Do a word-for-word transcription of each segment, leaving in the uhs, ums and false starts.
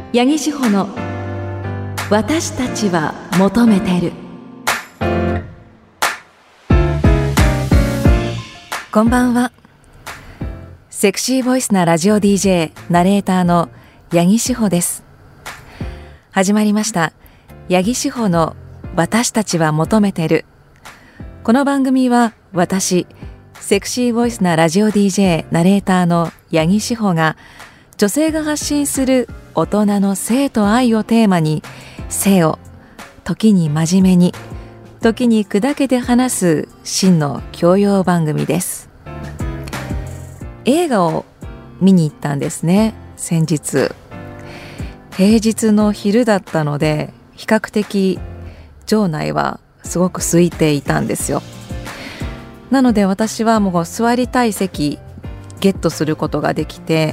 八木志保の私たちは求めてる。こんばんは。セクシーボイスなラジオ ディージェー ナレーターの八木志保です。始まりました八木志保の私たちは求めてる。この番組は私セクシーボイスなラジオ ディージェー ナレーターの八木志保が女性が発信する大人の性と愛をテーマに、性を時に真面目に時に砕けて話す真の教養番組です。映画を見に行ったんですね。先日平日の昼だったので、比較的場内はすごく空いていたんですよ。なので私はもう座りたい席ゲットすることができて、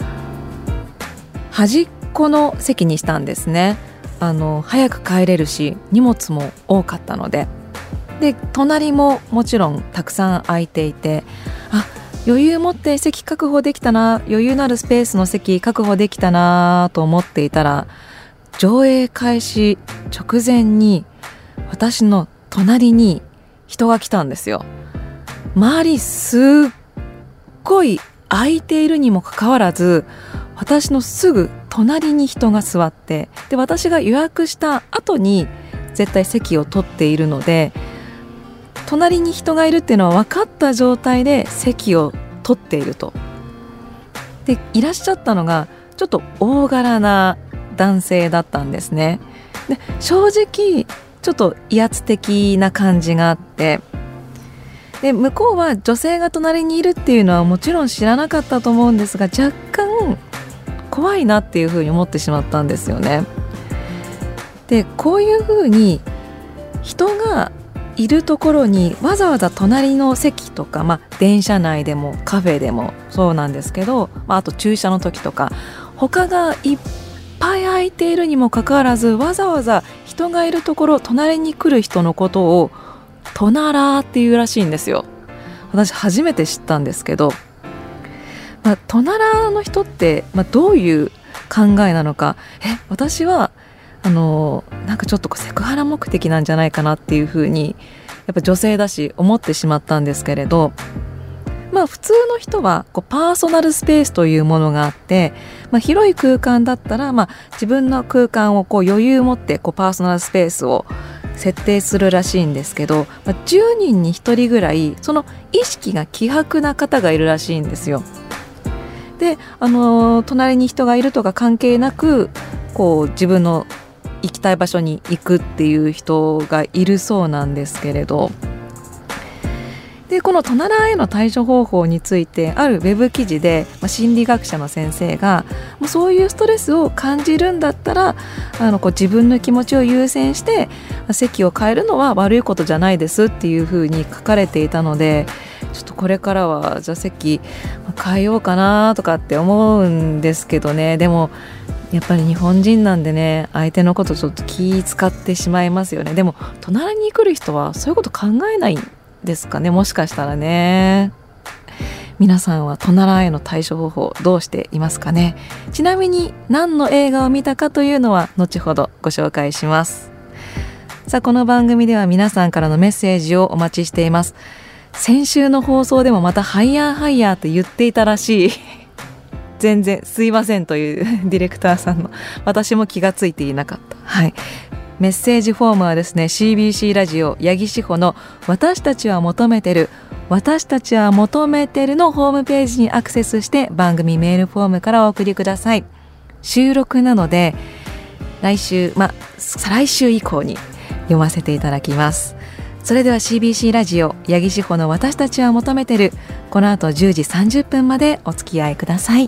端っこの席にしたんですね。あの早く帰れるし荷物も多かったので。で隣ももちろんたくさん空いていて、あ、余裕持って席確保できたな、余裕のあるスペースの席確保できたなと思っていたら、上映開始直前に私の隣に人が来たんですよ。周りすっごい空いているにもかかわらず、私のすぐ隣に人が座って、で私が予約した後に絶対席を取っているので、隣に人がいるっていうのは分かった状態で席を取っていると。でいらっしゃったのがちょっと大柄な男性だったんですね。で正直ちょっと威圧的な感じがあって、で向こうは女性が隣にいるっていうのはもちろん知らなかったと思うんですが、若干怖いなっていうふうに思ってしまったんですよね。でこういうふうに人がいるところにわざわざ隣の席とか、まあ、電車内でもカフェでもそうなんですけど、まあ、あと駐車の時とか他がいっぱい空いているにもかかわらず、わざわざ人がいるところ隣に来る人のことをトナラーっていうらしいんですよ。私初めて知ったんですけど、まあ、トナラーの人って、まあ、どういう考えなのか、え私はあのなんかちょっとセクハラ目的なんじゃないかなっていうふうにやっぱ女性だし思ってしまったんですけれど、まあ普通の人はこうパーソナルスペースというものがあって、まあ、広い空間だったら、まあ、自分の空間をこう余裕を持ってこうパーソナルスペースを設定するらしいんですけど、まあ、じゅうにんにひとりぐらいその意識が希薄な方がいるらしいんですよ。で、あのー、隣に人がいるとか関係なくこう自分の行きたい場所に行くっていう人がいるそうなんですけれど、でこのトナラーへの対処方法についてあるウェブ記事で、まあ、心理学者の先生がもうそういうストレスを感じるんだったら、あのこう自分の気持ちを優先して席を変えるのは悪いことじゃないですっていうふうに書かれていたので、ちょっとこれからはじゃあ席変えようかなとかって思うんですけどね。でもやっぱり日本人なんでね、相手のことちょっと気使ってしまいますよね。でも隣に来る人はそういうこと考えないんですかね、もしかしたらね。皆さんはトナラーへの対処方法どうしていますかね。ちなみに何の映画を見たかというのは後ほどご紹介します。さあこの番組では皆さんからのメッセージをお待ちしています。先週の放送でもまたハイヤーハイヤーと言っていたらしい全然すいませんというディレクターさんの、私も気がついていなかった。はい、メッセージフォームはですね シービーシー ラジオ八木志保の私たちは求めてる私たちは求めてるのホームページにアクセスして番組メールフォームからお送りください。収録なので来週、まあ再来週以降に読ませていただきます。それでは シービーシー ラジオ八木志保の私たちは求めてる、この後じゅうじさんじゅっぷんまでお付き合いください。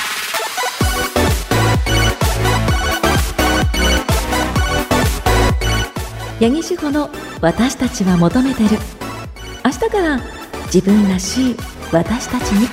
八木志保の私たちは求めてる。明日から自分らしい私たちに。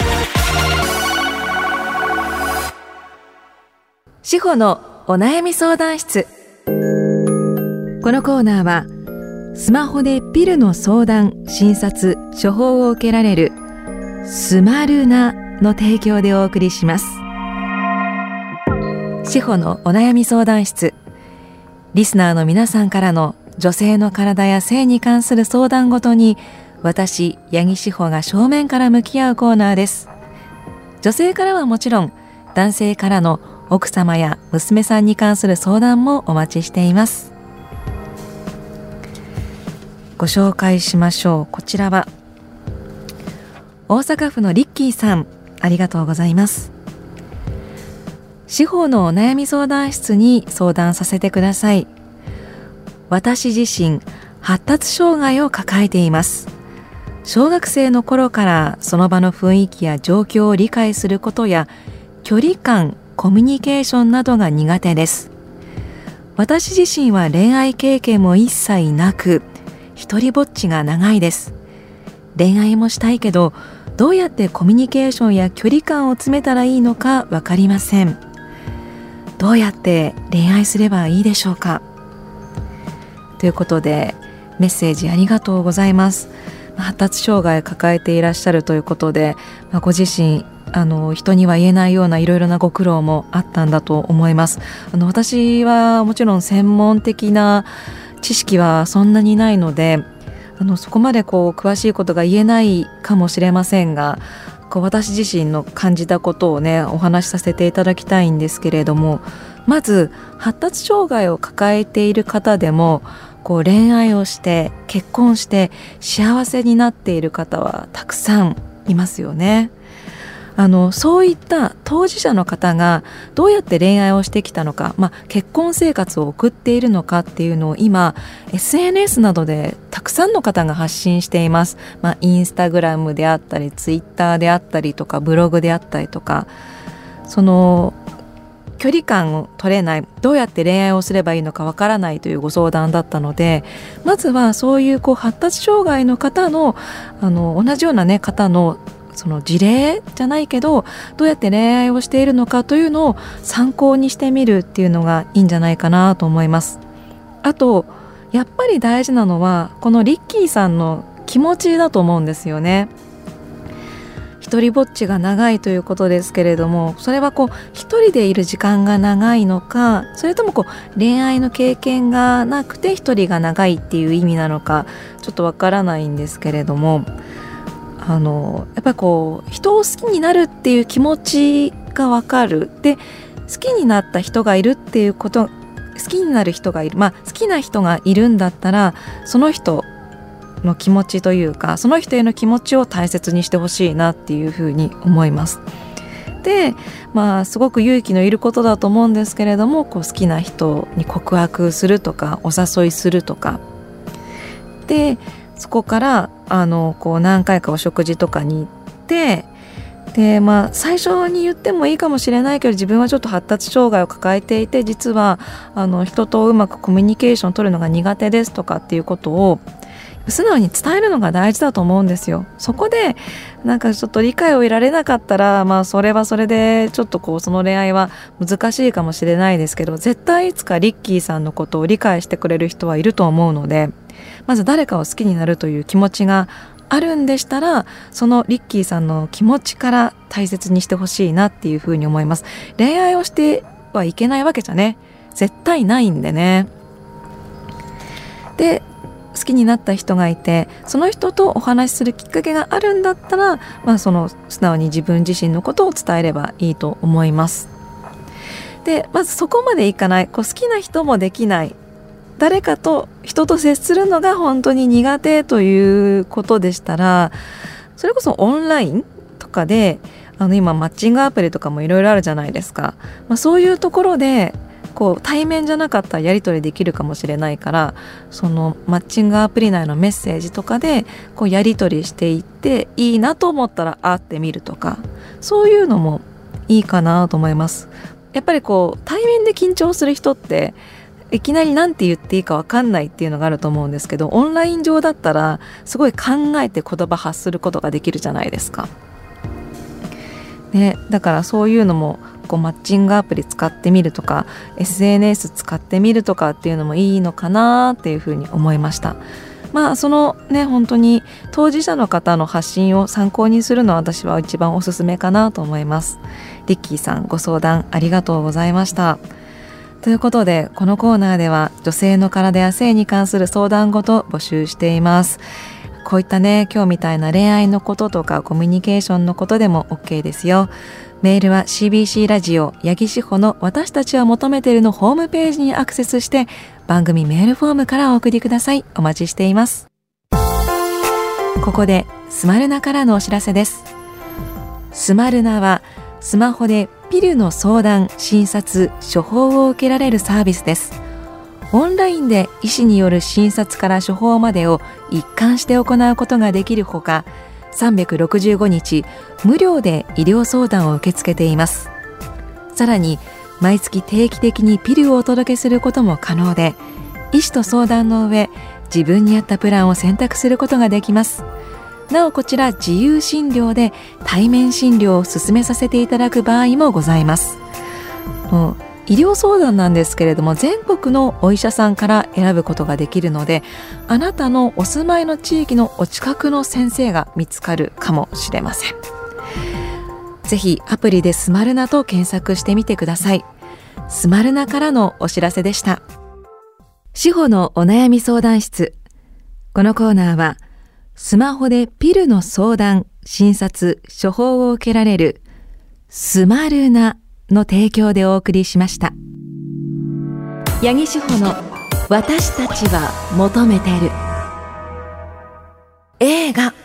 志保のお悩み相談室。このコーナーはスマホでピルの相談、診察、処方を受けられるスマルナの提供でお送りします。 志保のお悩み相談室。リスナーの皆さんからの女性の体や性に関する相談ごとに、私八木志保が正面から向き合うコーナーです。女性からはもちろん、男性からの奥様や娘さんに関する相談もお待ちしています。ご紹介しましょう。こちらは大阪府のリッキーさん、ありがとうございます。司法のお悩み相談室に相談させてください。私自身発達障害を抱えています。小学生の頃からその場の雰囲気や状況を理解することや距離感、コミュニケーションなどが苦手です。私自身は恋愛経験も一切なく、一人ぼっちが長いです。恋愛もしたいけど、どうやってコミュニケーションや距離感を詰めたらいいのかわかりません。どうやって恋愛すればいいでしょうか。ということでメッセージありがとうございます。発達障害を抱えていらっしゃるということで、まあ、ご自身あの人には言えないようないろいろなご苦労もあったんだと思います。あの私はもちろん専門的な知識はそんなにないので、あのそこまでこう詳しいことが言えないかもしれませんが、こう私自身の感じたことをねお話しさせていただきたいんですけれども、まず発達障害を抱えている方でもこう恋愛をして結婚して幸せになっている方はたくさんいますよね。あのそういった当事者の方がどうやって恋愛をしてきたのか、まあ、結婚生活を送っているのかっていうのを今 エスエヌエス などでたくさんの方が発信しています。まあ、インスタグラムであったりツイッターであったりとかブログであったりとか、その距離感を取れない、どうやって恋愛をすればいいのかわからないというご相談だったので、まずはそういうこう発達障害の方の、あの同じような、ね、方のその事例じゃないけどどうやって恋愛をしているのかというのを参考にしてみるっていうのがいいんじゃないかなと思います。あとやっぱり大事なのはこのリッキーさんの気持ちだと思うんですよね。一人ぼっちが長いということですけれども、それはこう一人でいる時間が長いのか、それともこう恋愛の経験がなくて一人が長いっていう意味なのかちょっとわからないんですけれども、あのやっぱりこう人を好きになるっていう気持ちが分かる。で好きになった人がいるっていうこと、好きになる人がいる、まあ好きな人がいるんだったらその人の気持ちというかその人への気持ちを大切にしてほしいなっていうふうに思います。でまあすごく勇気のいることだと思うんですけれども、こう好きな人に告白するとかお誘いするとかで、そこからあのこう何回かお食事とかに行って、で、まあ、最初に言ってもいいかもしれないけど自分はちょっと発達障害を抱えていて実はあの人とうまくコミュニケーションを取るのが苦手ですとかっていうことを素直に伝えるのが大事だと思うんですよ。そこでなんかちょっと理解を得られなかったら、まあそれはそれでちょっとこうその恋愛は難しいかもしれないですけど、絶対いつかリッキーさんのことを理解してくれる人はいると思うので、まず誰かを好きになるという気持ちがあるんでしたら、そのリッキーさんの気持ちから大切にしてほしいなっていうふうに思います。恋愛をしてはいけないわけじゃね絶対ないんでね。で好きになった人がいてその人とお話しするきっかけがあるんだったら、まあ、その素直に自分自身のことを伝えればいいと思います。でまずそこまでいかない、こう好きな人もできない、誰かと人と接するのが本当に苦手ということでしたら、それこそオンラインとかであの今マッチングアプリとかもいろいろあるじゃないですか、まあ、そういうところでこう対面じゃなかったらやり取りできるかもしれないから、そのマッチングアプリ内のメッセージとかでこうやり取りしていっていいなと思ったら会ってみるとか、そういうのもいいかなと思います。やっぱりこう対面で緊張する人っていきなり何て言っていいか分かんないっていうのがあると思うんですけど、オンライン上だったらすごい考えて言葉発することができるじゃないですか、ね、だからそういうのもこうマッチングアプリ使ってみるとか エスエヌエス 使ってみるとかっていうのもいいのかなっていうふうに思いました。 まあそのね本当に当事者の方の発信を参考にするのは私は一番おすすめかなと思います。リッキーさんご相談ありがとうございました。ということでこのコーナーでは女性の体や性に関する相談事募集しています。こういったね今日みたいな恋愛のこととかコミュニケーションのことでも OK ですよ。メールは シービーシー ラジオ八木志保の私たちは求めているのホームページにアクセスして番組メールフォームからお送りください。お待ちしています。ここでスマルナからのお知らせです。スマルナはスマホでピルの相談、診察、処方を受けられるサービスです。オンラインで医師による診察から処方までを一貫して行うことができるほか、さんびゃくろくじゅうごにち無料で医療相談を受け付けています。さらに毎月定期的にピルをお届けすることも可能で、医師と相談の上自分に合ったプランを選択することができます。なおこちら自由診療で対面診療を進めさせていただく場合もございます。医療相談なんですけれども、全国のお医者さんから選ぶことができるので、あなたのお住まいの地域のお近くの先生が見つかるかもしれません。ぜひアプリでスマルナと検索してみてください。スマルナからのお知らせでした。志保のお悩み相談室。このコーナーはスマホでピルの相談、診察、処方を受けられるスマルナの提供でお送りしました。八木志保の私たちは求めてる映画。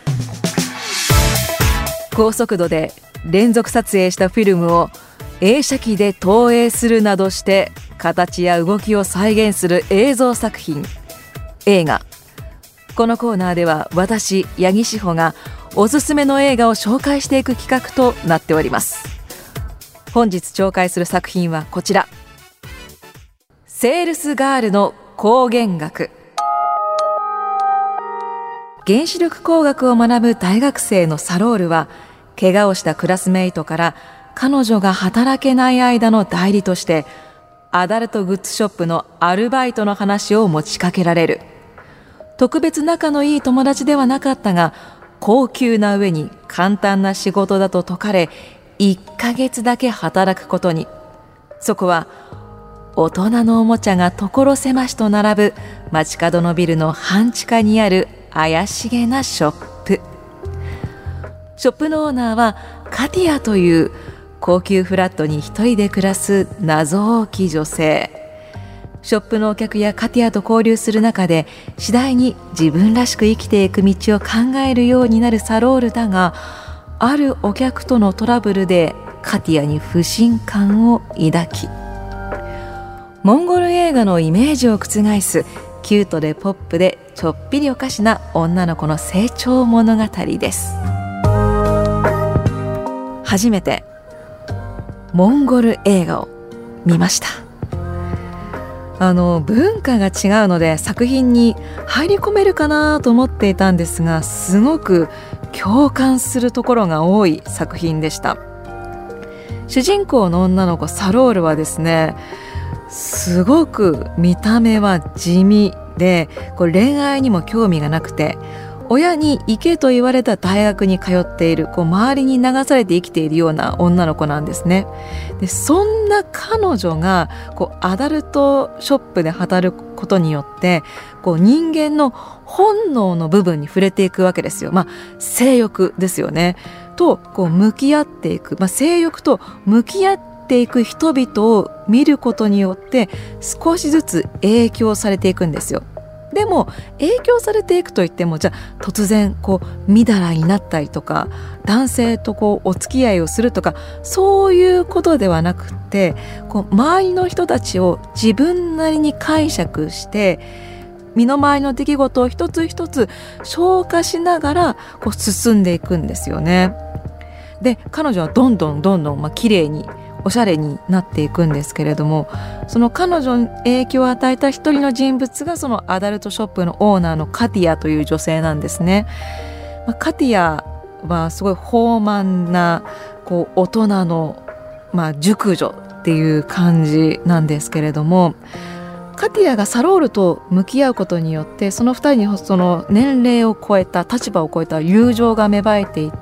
高速度で連続撮影したフィルムを映写機で投影するなどして形や動きを再現する映像作品、映画。このコーナーでは私八木志保がおすすめの映画を紹介していく企画となっております。本日紹介する作品はこちら、セールスガールの光源学。原子力工学を学ぶ大学生のサロールは、怪我をしたクラスメイトから彼女が働けない間の代理としてアダルトグッズショップのアルバイトの話を持ちかけられる。特別仲のいい友達ではなかったが、高級な上に簡単な仕事だと説かれ、いっかげつだけ働くことに。そこは大人のおもちゃが所狭しと並ぶ街角のビルの半地下にある怪しげなショップ。ショップのオーナーはカティアという高級フラットに一人で暮らす謎多き女性。ショップのお客やカティアと交流する中で、次第に自分らしく生きていく道を考えるようになるサロールだが、あるお客とのトラブルでカティアに不信感を抱き、モンゴル映画のイメージを覆すキュートでポップでちょっぴりおかしな女の子の成長物語です。初めてモンゴル映画を見ました。あの文化が違うので作品に入り込めるかなと思っていたんですが、すごく共感するところが多い作品でした。主人公の女の子サロールはですね、すごく見た目は地味で、こう恋愛にも興味がなくて、親に行けと言われた大学に通っている、こう周りに流されて生きているような女の子なんですね。でそんな彼女がこうアダルトショップで働くことによってこう人間の本能の部分に触れていくわけですよ。まあ、性欲ですよねとこう向き合っていく、まあ、性欲と向き合っていく人々を見ることによって少しずつ影響されていくんですよ。でも影響されていくといっても、じゃあ突然こうみだらになったりとか、男性とこうお付き合いをするとか、そういうことではなくて、こう周りの人たちを自分なりに解釈して身の回りの出来事を一つ一つ消化しながらこう進んでいくんですよね。で彼女はどんどんどんどんまあ綺麗におしゃれになっていくんですけれども、その彼女に影響を与えた一人の人物がそのアダルトショップのオーナーのカティアという女性なんですね。まあ、カティアはすごい豊満なこう大人の、まあ、熟女っていう感じなんですけれども、 カティアがサロールと向き合うことによって、そのふたりにその年齢を超えた立場を超えた友情が芽生えていって、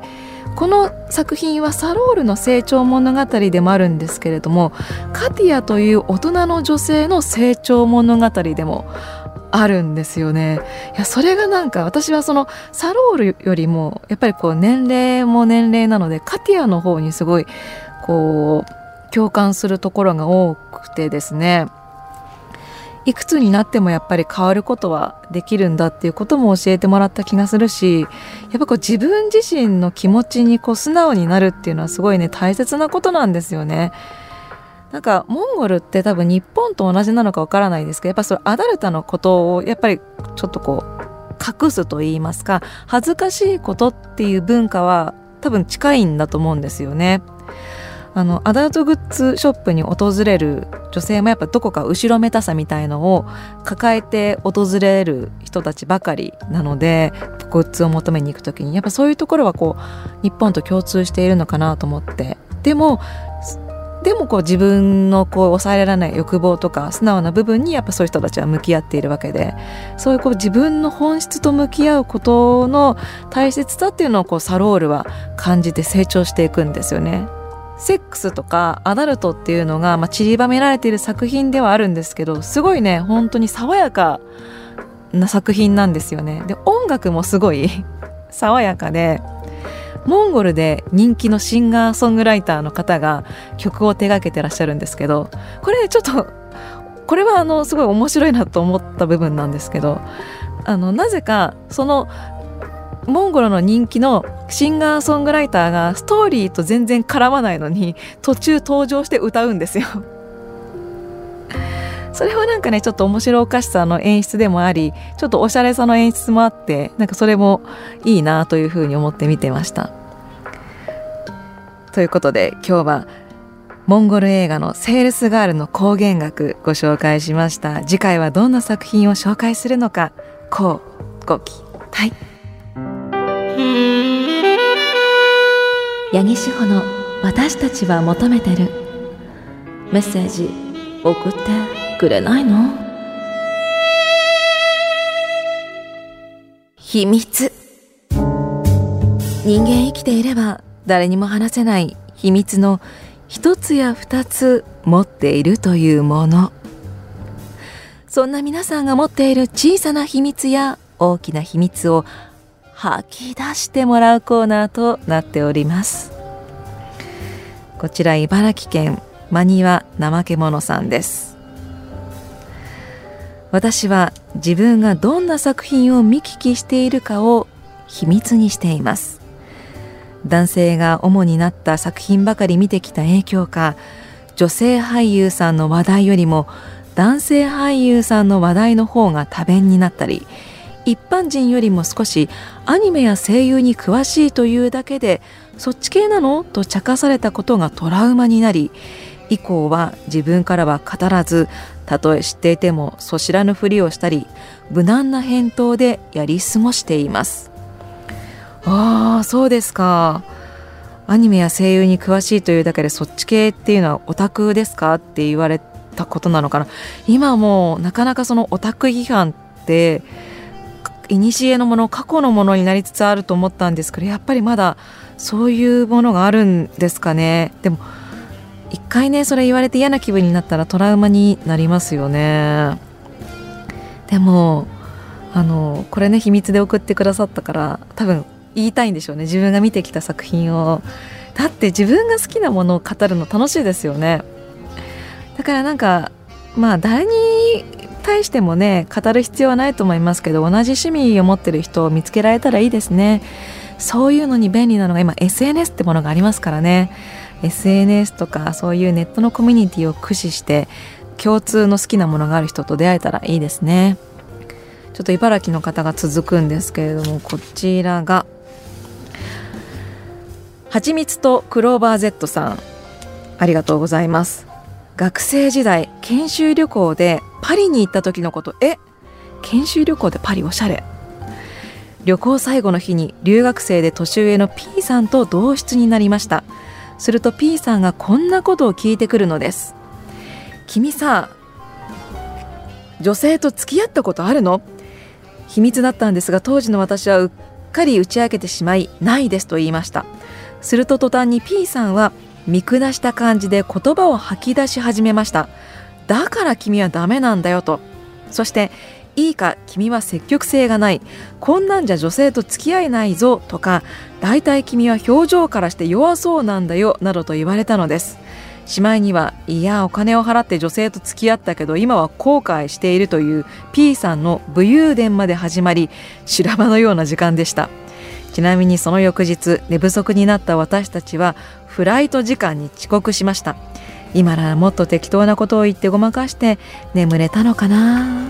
この作品はサロールの成長物語でもあるんですけれども、カティアという大人の女性の成長物語でもあるんですよね。いや、それがなんか私はそのサロールよりもやっぱりこう年齢も年齢なので、カティアの方にすごいこう共感するところが多くてですね、いくつになってもやっぱり変わることはできるんだっていうことも教えてもらった気がするし、やっぱこう自分自身の気持ちにこう素直になるっていうのはすごいね、大切なことなんですよね。なんかモンゴルって多分日本と同じなのかわからないですけど、やっぱそれアダルタのことをやっぱりちょっとこう隠すと言いますか、恥ずかしいことっていう文化は多分近いんだと思うんですよね。あのアダルトグッズショップに訪れる女性もやっぱどこか後ろめたさみたいのを抱えて訪れる人たちばかりなので、グッズを求めに行くときにやっぱそういうところはこう日本と共通しているのかなと思って、でもでもこう自分のこう抑えられない欲望とか素直な部分にやっぱそういう人たちは向き合っているわけで、そういうこう自分の本質と向き合うことの大切さっていうのをこうサロールは感じて成長していくんですよね。セックスとかアダルトっていうのが、まあ、散りばめられている作品ではあるんですけど、すごいね本当に爽やかな作品なんですよね。で音楽もすごい爽やかで、モンゴルで人気のシンガーソングライターの方が曲を手掛けてらっしゃるんですけど、これちょっとこれはあのすごい面白いなと思った部分なんですけど、あのなぜかそのモンゴルの人気のシンガーソングライターがストーリーと全然絡まないのに途中登場して歌うんですよ。それはなんかねちょっと面白おかしさの演出でもあり、ちょっとおしゃれさの演出もあって、なんかそれもいいなというふうに思って見てました。ということで今日はモンゴル映画のセールスガールの光源学ご紹介しました。次回はどんな作品を紹介するのか、こうご期待。八木志保の私たちは求めてる。メッセージ送ってくれないの？秘密。人間生きていれば誰にも話せない秘密の一つや二つ持っているというもの。そんな皆さんが持っている小さな秘密や大きな秘密を吐き出してもらうコーナーとなっております。こちら茨城県真庭怠け者さんです。私は自分がどんな作品を見聞きしているかを秘密にしています。男性が主になった作品ばかり見てきた影響か、女性俳優さんの話題よりも男性俳優さんの話題の方が多弁になったり、一般人よりも少しアニメや声優に詳しいというだけでそっち系なのと茶化されたことがトラウマになり、以降は自分からは語らず、たとえ知っていてもそ知らぬふりをしたり無難な返答でやり過ごしています。ああ、そうですか。アニメや声優に詳しいというだけでそっち系っていうのはオタクですかって言われたことなのかな。今もうなかなかそのオタク批判って古のもの、過去のものになりつつあると思ったんですけど、やっぱりまだそういうものがあるんですかね。でも一回ねそれ言われて嫌な気分になったらトラウマになりますよね。でもあのこれね秘密で送ってくださったから多分言いたいんでしょうね。自分が見てきた作品を。だって自分が好きなものを語るの楽しいですよね。だからなんかまあ誰に対してもね語る必要はないと思いますけど、同じ趣味を持ってる人を見つけられたらいいですね。そういうのに便利なのが今 エスエヌエス ってものがありますからね。 エスエヌエス とかそういうネットのコミュニティを駆使して共通の好きなものがある人と出会えたらいいですね。ちょっと茨城の方が続くんですけれども、こちらがはちみつとクローバー Z さん、ありがとうございます。学生時代研修旅行でパリに行った時のこと。え研修旅行でパリおしゃれ。旅行最後の日に留学生で年上の P さんと同室になりました。すると P さんがこんなことを聞いてくるのです。君さ、 女性と付き合ったことあるの？秘密だったんですが、当時の私はうっかり打ち明けてしまい、ないですと言いました。すると途端に P さんは見下した感じで言葉を吐き出し始めました。だから君はダメなんだよと。そして、いいか、君は積極性がない、こんなんじゃ女性と付き合えないぞとか、だいたい君は表情からして弱そうなんだよなどと言われたのです。しまいには、いやお金を払って女性と付き合ったけど今は後悔しているという P さんの武勇伝まで始まり、修羅場のような時間でした。ちなみにその翌日、寝不足になった私たちはフライト時間に遅刻しました。今ならもっと適当なことを言ってごまかして眠れたのかな。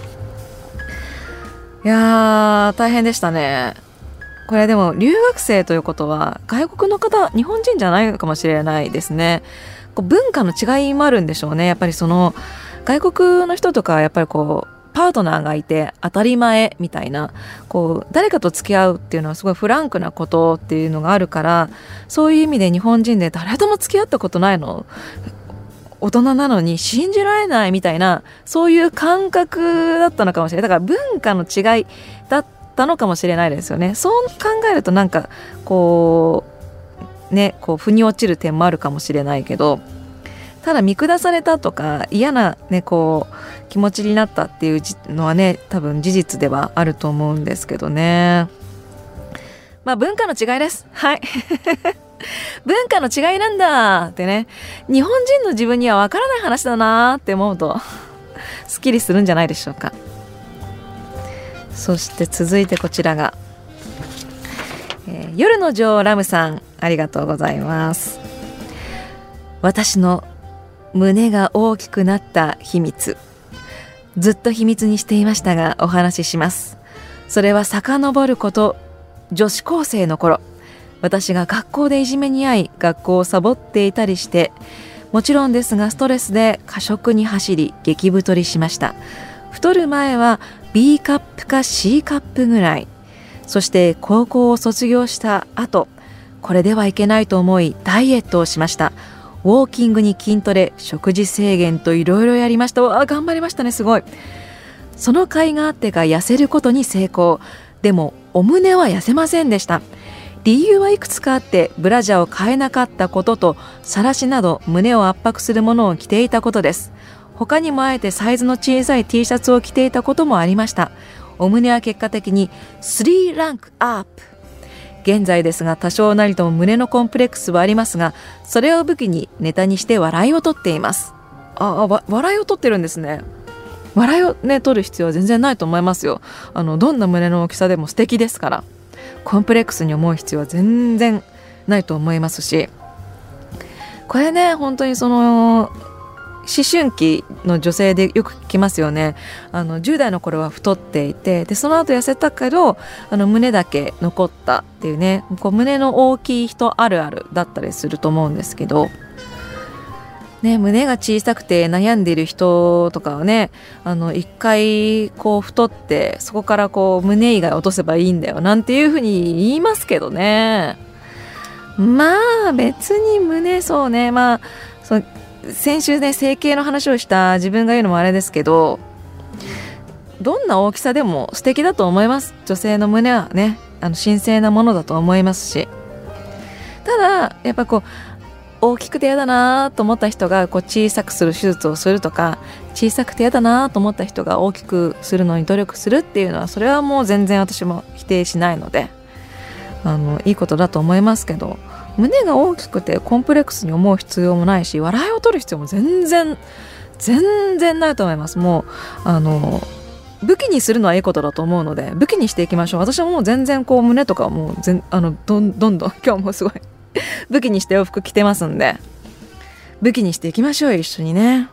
いやー大変でしたね。これでも留学生ということは外国の方、日本人じゃないかもしれないですね。こう文化の違いもあるんでしょうね。やっぱりその外国の人とかはやっぱりこうパートナーがいて当たり前みたいな、こう誰かと付き合うっていうのはすごいフランクなことっていうのがあるから、そういう意味で日本人で誰とも付き合ったことないの、大人なのに信じられないみたいな、そういう感覚だったのかもしれない。だから文化の違いだったのかもしれないですよね。そう考えるとなんかこうね、こう腑に落ちる点もあるかもしれないけど、ただ見下されたとか嫌な、ね、こう気持ちになったっていうのはね、多分事実ではあると思うんですけどね。まあ文化の違いです。はい文化の違いなんだってね、日本人の自分にはわからない話だなって思うとすっきりするんじゃないでしょうか。そして続いてこちらが、えー、夜の女王ラムさん、ありがとうございます。私の胸が大きくなった秘密、ずっと秘密にしていましたがお話しします。それは遡ること女子高生の頃、私が学校でいじめに遭い学校をサボっていたりして、もちろんですがストレスで過食に走り激太りしました。太る前は B カップか C カップぐらい。そして高校を卒業した後、これではいけないと思いダイエットをしました。ウォーキングに筋トレ、食事制限といろいろやりました。あ、頑張りましたね、すごい。その甲斐があってか痩せることに成功。でもお胸は痩せませんでした。理由はいくつかあって、ブラジャーを買えなかったことと、晒しなど胸を圧迫するものを着ていたことです。他にもあえてサイズの小さい T シャツを着ていたこともありました。お胸は結果的にスリーランクアップ。現在ですが多少なりとも胸のコンプレックスはありますが、それを武器にネタにして笑いを取っています。ああ、笑いを取ってるんですね。笑いをね取る必要は全然ないと思いますよ。あのどんな胸の大きさでも素敵ですから、コンプレックスに思う必要は全然ないと思いますし、これね本当にその思春期の女性でよく聞きますよね。あのじゅう代の頃は太っていて、でその後痩せたけどあの胸だけ残ったっていうね、こう胸の大きい人あるあるだったりすると思うんですけど、ね、胸が小さくて悩んでいる人とかはね、あの一回こう太ってそこからこう胸以外落とせばいいんだよなんていうふうに言いますけどね。まあ別に胸、そうね、まあそ先週ね整形の話をした自分が言うのもあれですけど、どんな大きさでも素敵だと思います。女性の胸はね、あの神聖なものだと思いますし、ただやっぱこう大きくて嫌だなと思った人がこう小さくする手術をするとか、小さくて嫌だなと思った人が大きくするのに努力するっていうのは、それはもう全然私も否定しないので、あのいいことだと思いますけど、胸が大きくてコンプレックスに思う必要もないし、笑いを取る必要も全然全然ないと思います。もうあの武器にするのはいいことだと思うので武器にしていきましょう。私はもう全然こう胸とかもう全あのどんどんどん今日もすごい武器にして洋服着てますんで、武器にしていきましょうよ、一緒にね。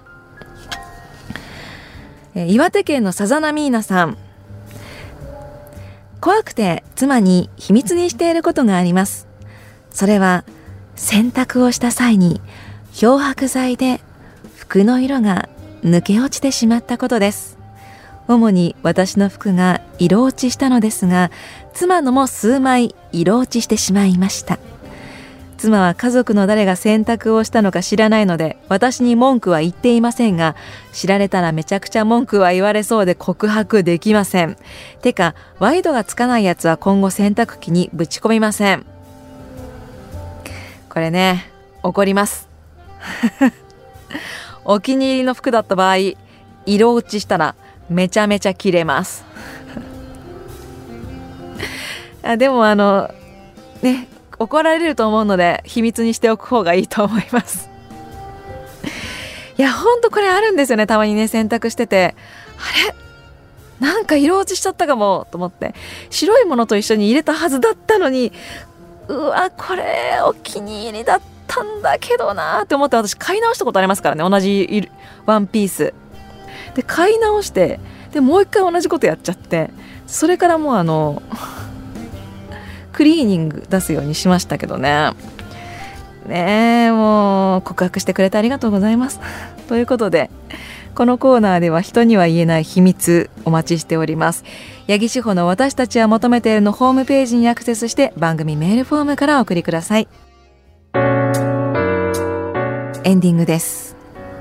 え岩手県のさざなみーなさん、怖くて妻に秘密にしていることがあります。それは洗濯をした際に漂白剤で服の色が抜け落ちてしまったことです。主に私の服が色落ちしたのですが、妻のも数枚色落ちしてしまいました。 妻は家族の誰が選択をしたのか知らないので私に文句は言っていませんが、知られたらめちゃくちゃ文句は言われそうで告白できません。てかワイドがつかないやつは今後洗濯機にぶち込みません。これね、怒りますお気に入りの服だった場合、色落ちしたらめちゃめちゃ切れますあでもあのね、怒られると思うので秘密にしておく方がいいと思いますいやほんとこれあるんですよね。たまにね、洗濯してて、あれなんか色落ちしちゃったかもと思って、白いものと一緒に入れたはずだったのに、うわこれお気に入りだったんだけどなって思って、私買い直したことありますからね、同じワンピースで買い直して、でもう一回同じことやっちゃって、それからもうあのクリーニング出すようにしましたけどね。ねえ、もう告白してくれてありがとうございますということで、このコーナーでは人には言えない秘密お待ちしております。八木志保の私たちは求めているのホームページにアクセスして番組メールフォームからお送りください。エンディングです。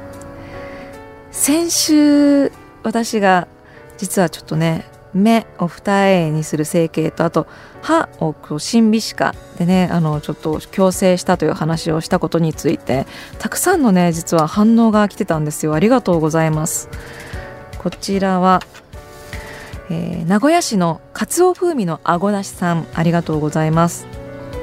先週私が実はちょっとね、目を二重にする整形と、あと歯を審美歯科でね、あのちょっと矯正したという話をしたことについて、たくさんのね実は反応が来てたんですよ。ありがとうございます。こちらは、えー、名古屋市のかつお風味のあごだしさん、ありがとうございます。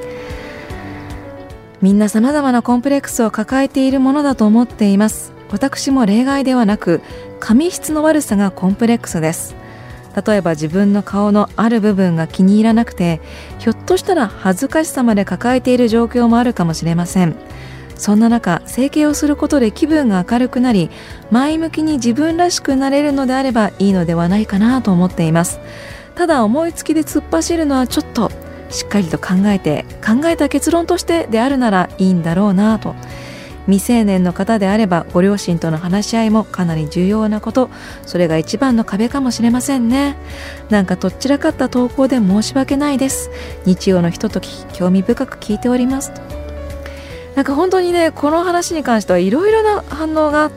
みんな様々なコンプレックスを抱えているものだと思っています。私も例外ではなく、髪質の悪さがコンプレックスです。例えば自分の顔のある部分が気に入らなくて、ひょっとしたら恥ずかしさまで抱えている状況もあるかもしれません。そんな中、整形をすることで気分が明るくなり、前向きに自分らしくなれるのであればいいのではないかなと思っています。ただ思いつきで突っ走るのはちょっと、しっかりと考えて、考えた結論としてであるならいいんだろうなと。未成年の方であればご両親との話し合いもかなり重要なこと、それが一番の壁かもしれませんね。なんかとっちらかった投稿で申し訳ないです。日曜のひととき興味深く聞いておりますと。なんか本当にね、この話に関してはいろいろな反応があって、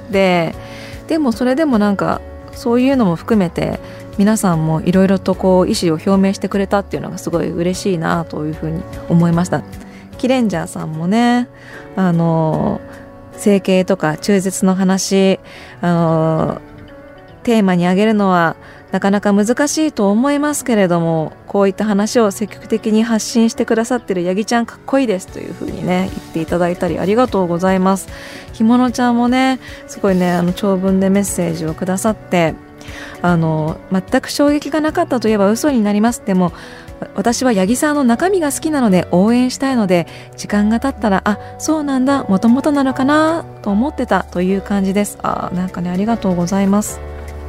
でもそれでもなんかそういうのも含めて皆さんもいろいろとこう意思を表明してくれたっていうのがすごい嬉しいなというふうに思いました。キレンジャーさんもね、あの整形とか中絶の話、あのテーマに挙げるのはなかなか難しいと思いますけれども、こういった話を積極的に発信してくださってるヤギちゃんかっこいいですというふうにね言っていただいたりありがとうございます。ひものちゃんもねすごいねあの長文でメッセージをくださって、あの全く衝撃がなかったといえば嘘になります。でも私は八木さんの中身が好きなので応援したいので、時間が経ったらあそうなんだもともとなのかなと思ってたという感じです。あなんかねありがとうございます。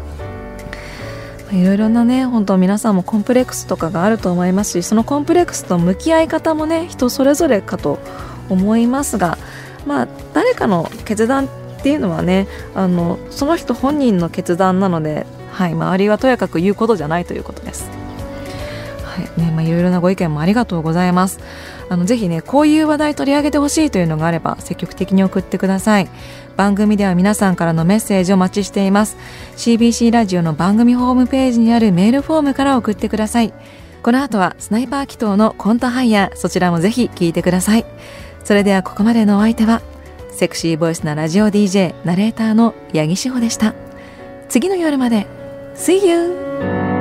いろいろなね本当皆さんもコンプレックスとかがあると思いますし、そのコンプレックスと向き合い方もね人それぞれかと思いますが、まあ誰かの決断っていうのはねあのその人本人の決断なので、はい、周りはとやかく言うことじゃないということです。はいねまあ、いろいろなご意見もありがとうございます。あのぜひねこういう話題取り上げてほしいというのがあれば積極的に送ってください。番組では皆さんからのメッセージをお待ちしています。 シービーシー ラジオの番組ホームページにあるメールフォームから送ってください。この後はスナイパー祈祷のコントハイヤー、そちらもぜひ聞いてください。それではここまでのお相手はセクシーボイスなラジオ ディージェー ナレーターの八木志保でした。次の夜まで See you!